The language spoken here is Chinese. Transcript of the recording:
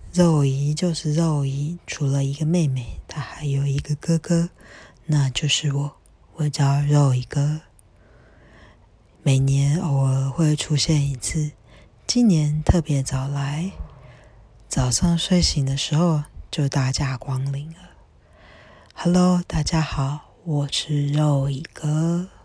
肉姨就是肉姨，除了一个妹妹，她还有一个哥哥，那就是我叫肉姨哥。每年偶尔会出现一次，今年特别早来，早上睡醒的时候就大驾光临了。Hello， 大家好，我是肉姨哥。